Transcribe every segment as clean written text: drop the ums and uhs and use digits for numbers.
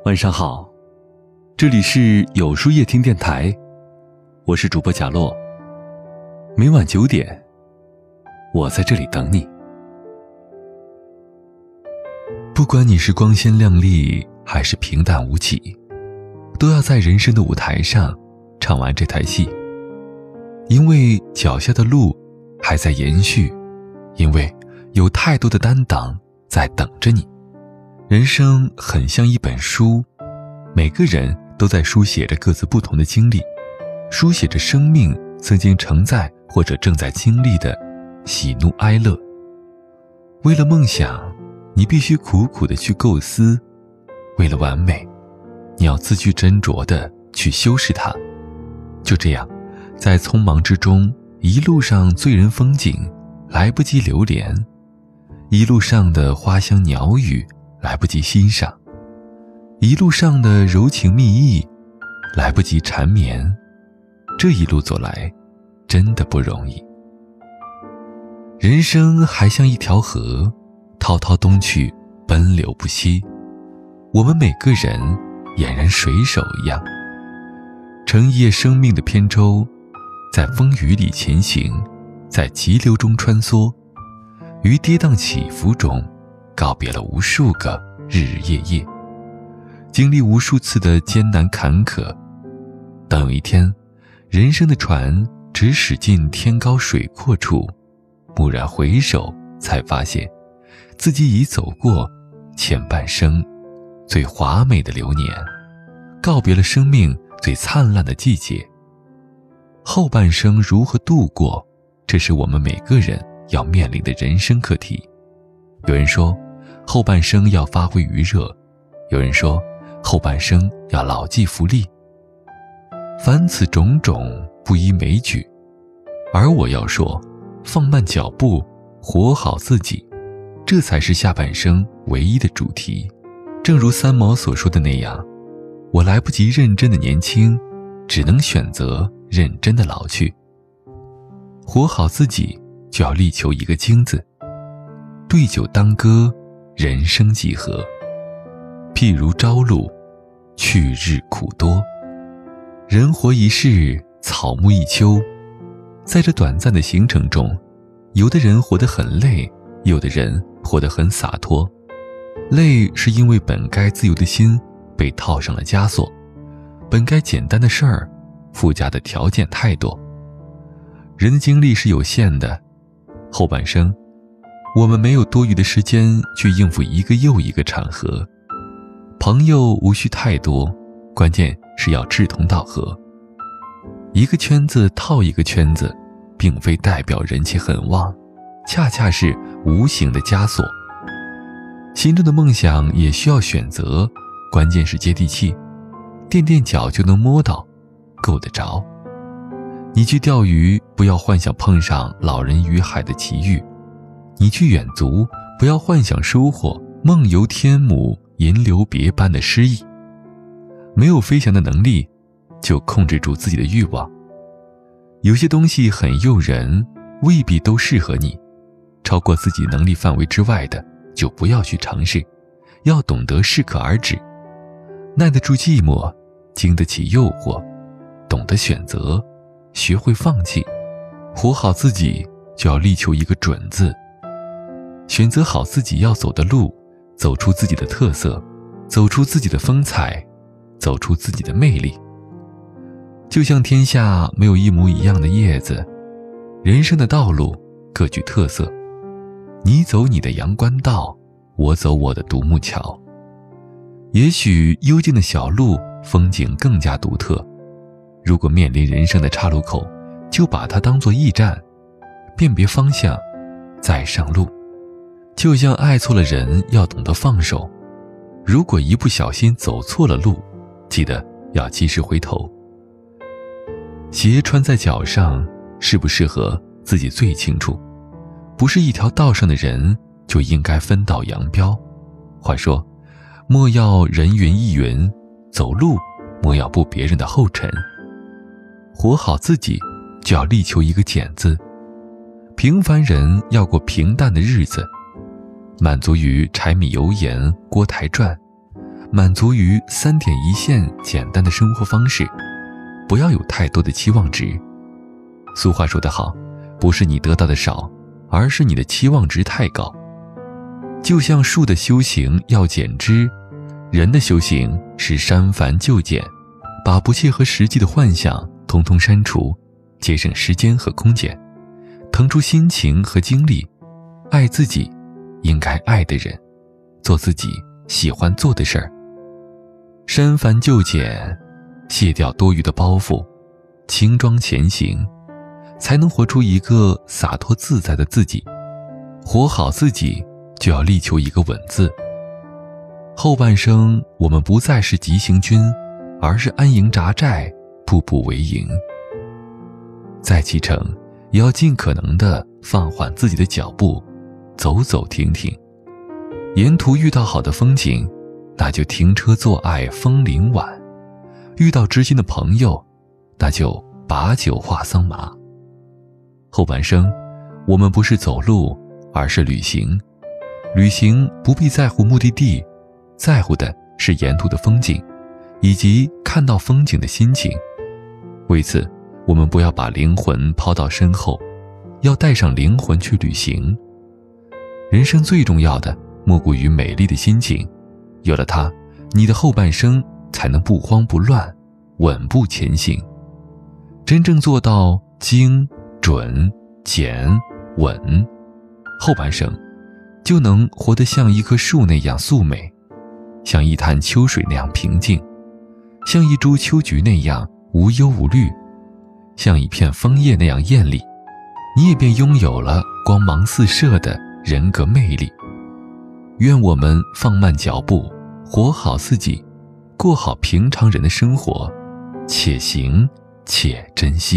晚上好，这里是有书夜听电台，我是主播贾洛。每晚9点，我在这里等你。不管你是光鲜亮丽还是平淡无奇，都要在人生的舞台上唱完这台戏。因为脚下的路还在延续，因为有太多的担当在等着你。人生很像一本书，每个人都在书写着各自不同的经历，书写着生命曾经承载或者正在经历的喜怒哀乐。为了梦想，你必须苦苦地去构思；为了完美，你要字句斟酌地去修饰它。就这样，在匆忙之中，一路上醉人风景来不及流连，一路上的花香鸟语来不及欣赏，一路上的柔情蜜意来不及缠绵。这一路走来真的不容易。人生还像一条河，滔滔东去，奔流不息。我们每个人俨然水手一样，乘夜生命的扁舟，在风雨里前行，在急流中穿梭，于跌宕起伏中告别了无数个日日夜夜，经历无数次的艰难坎坷。当有一天，人生的船只驶进天高水阔处，蓦然回首，才发现自己已走过前半生最华美的流年，告别了生命最灿烂的季节。后半生如何度过，这是我们每个人要面临的人生课题。有人说后半生要发挥余热，有人说后半生要牢记福利。凡此种种不一枚举，而我要说，放慢脚步，活好自己，这才是下半生唯一的主题。正如三毛所说的那样，我来不及认真的年轻，只能选择认真的老去。活好自己，就要力求一个精字。对酒当歌，人生几何？譬如朝露，去日苦多。人活一世，草木一秋。在这短暂的行程中，有的人活得很累，有的人活得很洒脱。累是因为本该自由的心被套上了枷锁，本该简单的事儿附加的条件太多。人的精力是有限的，后半生我们没有多余的时间去应付一个又一个场合。朋友无需太多，关键是要志同道合。一个圈子套一个圈子，并非代表人气很旺，恰恰是无形的枷锁。心中的梦想也需要选择，关键是接地气，垫垫脚就能摸到，够得着。你去钓鱼，不要幻想碰上老人与海的奇遇；你去远足，不要幻想收获梦游天姥吟留别般的诗意。没有飞翔的能力，就控制住自己的欲望。有些东西很诱人，未必都适合你，超过自己能力范围之外的就不要去尝试，要懂得适可而止。耐得住寂寞，经得起诱惑，懂得选择，学会放弃。活好自己，就要力求一个准字。选择好自己要走的路，走出自己的特色，走出自己的风采，走出自己的魅力。就像天下没有一模一样的叶子，人生的道路各具特色。你走你的阳关道，我走我的独木桥。也许幽静的小路风景更加独特，如果面临人生的岔路口，就把它当作驿站，辨别方向，再上路。就像爱错了人，要懂得放手。如果一不小心走错了路，记得要及时回头。鞋穿在脚上，适不适合自己最清楚，不是一条道上的人就应该分道扬镳。话说，莫要人云亦云，走路莫要步别人的后尘。活好自己，就要力求一个简字。平凡人要过平淡的日子，满足于柴米油盐锅台转， 满足于3点一线简单的生活方式，不要有太多的期望值。俗话说得好，不是你得到的少，而是你的期望值太高。就像树的修行要剪枝，人的修行是删繁就简，把不切合实际的幻想统统删除，节省时间和空间，腾出心情和精力，爱自己应该爱的人，做自己喜欢做的事儿。删繁就简，卸掉多余的包袱，轻装前行，才能活出一个洒脱自在的自己。活好自己，就要力求一个稳字。后半生，我们不再是急行军，而是安营扎寨，步步为营。再启程，也要尽可能地放缓自己的脚步，走走停停。沿途遇到好的风景，那就停车坐爱枫林晚；遇到知心的朋友，那就把酒话桑麻。后半生，我们不是走路，而是旅行。旅行不必在乎目的地，在乎的是沿途的风景，以及看到风景的心情。为此，我们不要把灵魂抛到身后，要带上灵魂去旅行。人生最重要的莫过于美丽的心情，有了它，你的后半生才能不慌不乱，稳步前行。真正做到精、准、简、稳，后半生就能活得像一棵树那样素美，像一潭秋水那样平静，像一株秋菊那样无忧无虑，像一片枫叶那样艳丽。你也便拥有了光芒四射的人格魅力。愿我们放慢脚步，活好自己，过好平常人的生活，且行且珍惜。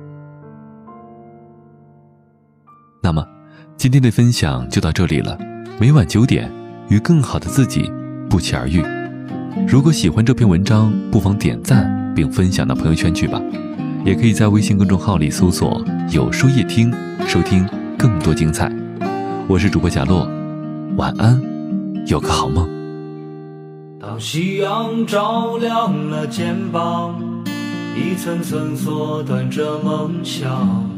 那么今天的分享就到这里了，每晚9点，与更好的自己不期而遇。如果喜欢这篇文章，不妨点赞并分享到朋友圈去吧。也可以在微信公众号里搜索有书夜听，收听更多精彩。我是主播贾洛，晚安，有个好梦。 当夕阳照亮了肩膀，一层层缩短着梦想。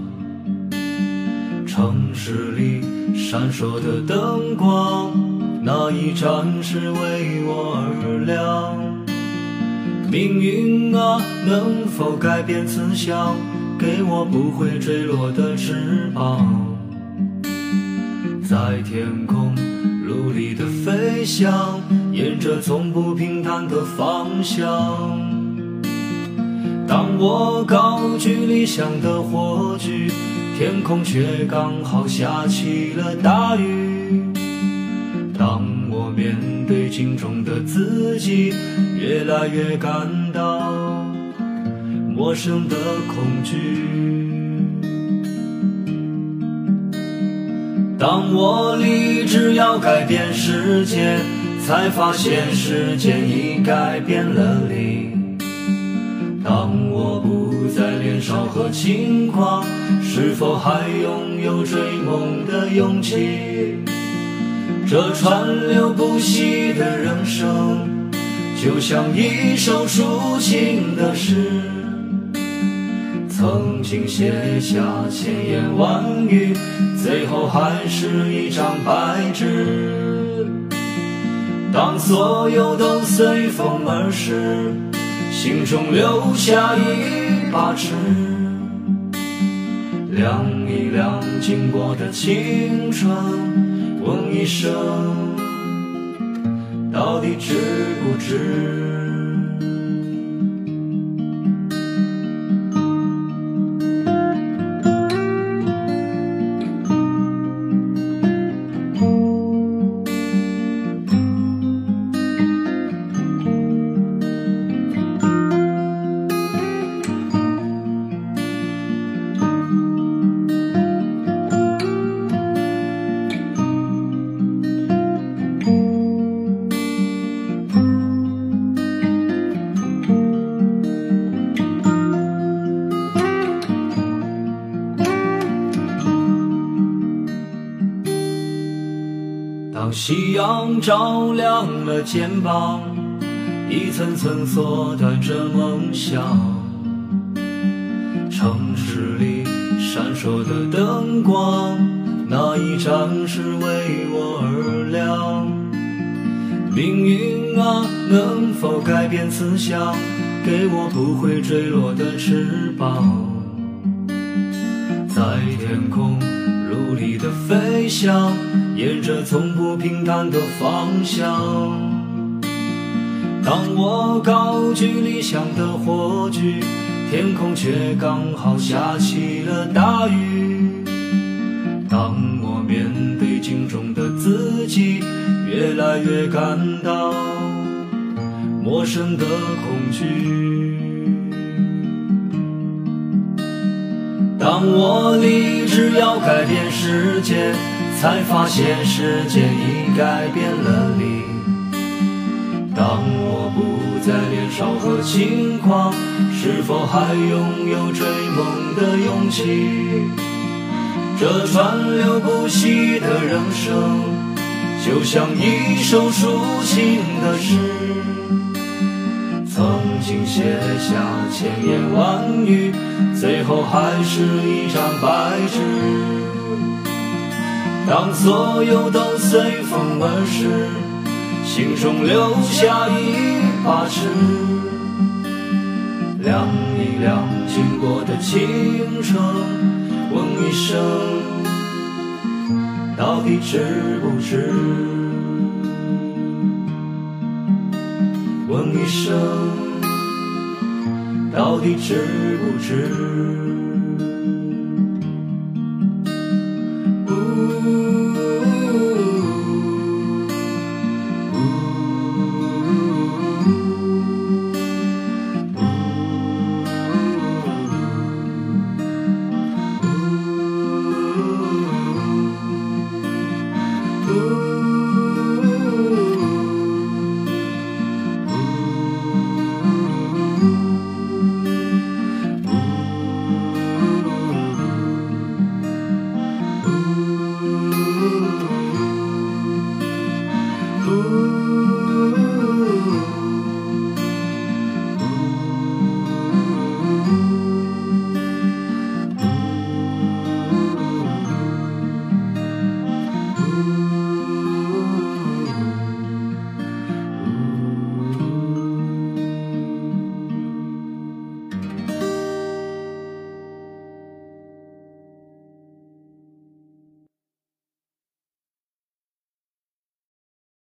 城市里闪烁的灯光，那一盏是为我而亮。命运啊，能否改变慈祥，给我不会坠落的翅膀，在天空努力的飞翔，沿着从不平坦的方向。当我高举理想的火炬，天空却刚好下起了大雨。当我面对镜中的自己，越来越感到陌生的恐惧。当我立志要改变世界，才发现时间已改变了你。当我不再年少和轻狂，是否还拥有追梦的勇气？这川流不息的人生，就像一首抒情的诗，曾经写下千言万语，最后还是一张白纸。当所有都随风而逝，心中留下一把尺，量一量经过的青春，问一声，到底值不值？当夕阳照亮了肩膀， 一层层缩短着梦想。城市里闪烁的灯光，那一盏是为我而亮。命运啊，能否改变思想，给我不会坠落的翅膀，在天空努力的飞翔，沿着从不平坦的方向。当我高举理想的火炬，天空却刚好下起了大雨。当我面对镜中的自己，越来越感到陌生的恐惧。当我立志要改变世界，才发现世界已改变了你。当我不再年少和轻狂，是否还拥有追梦的勇气？这川流不息的人生，就像一首抒情的诗，曾经写下千言万语，最后还是一张白纸。当所有都随风而逝，心中留下一把尺，量一量经过的青春，问一声到底值不值？问一声到底值不值？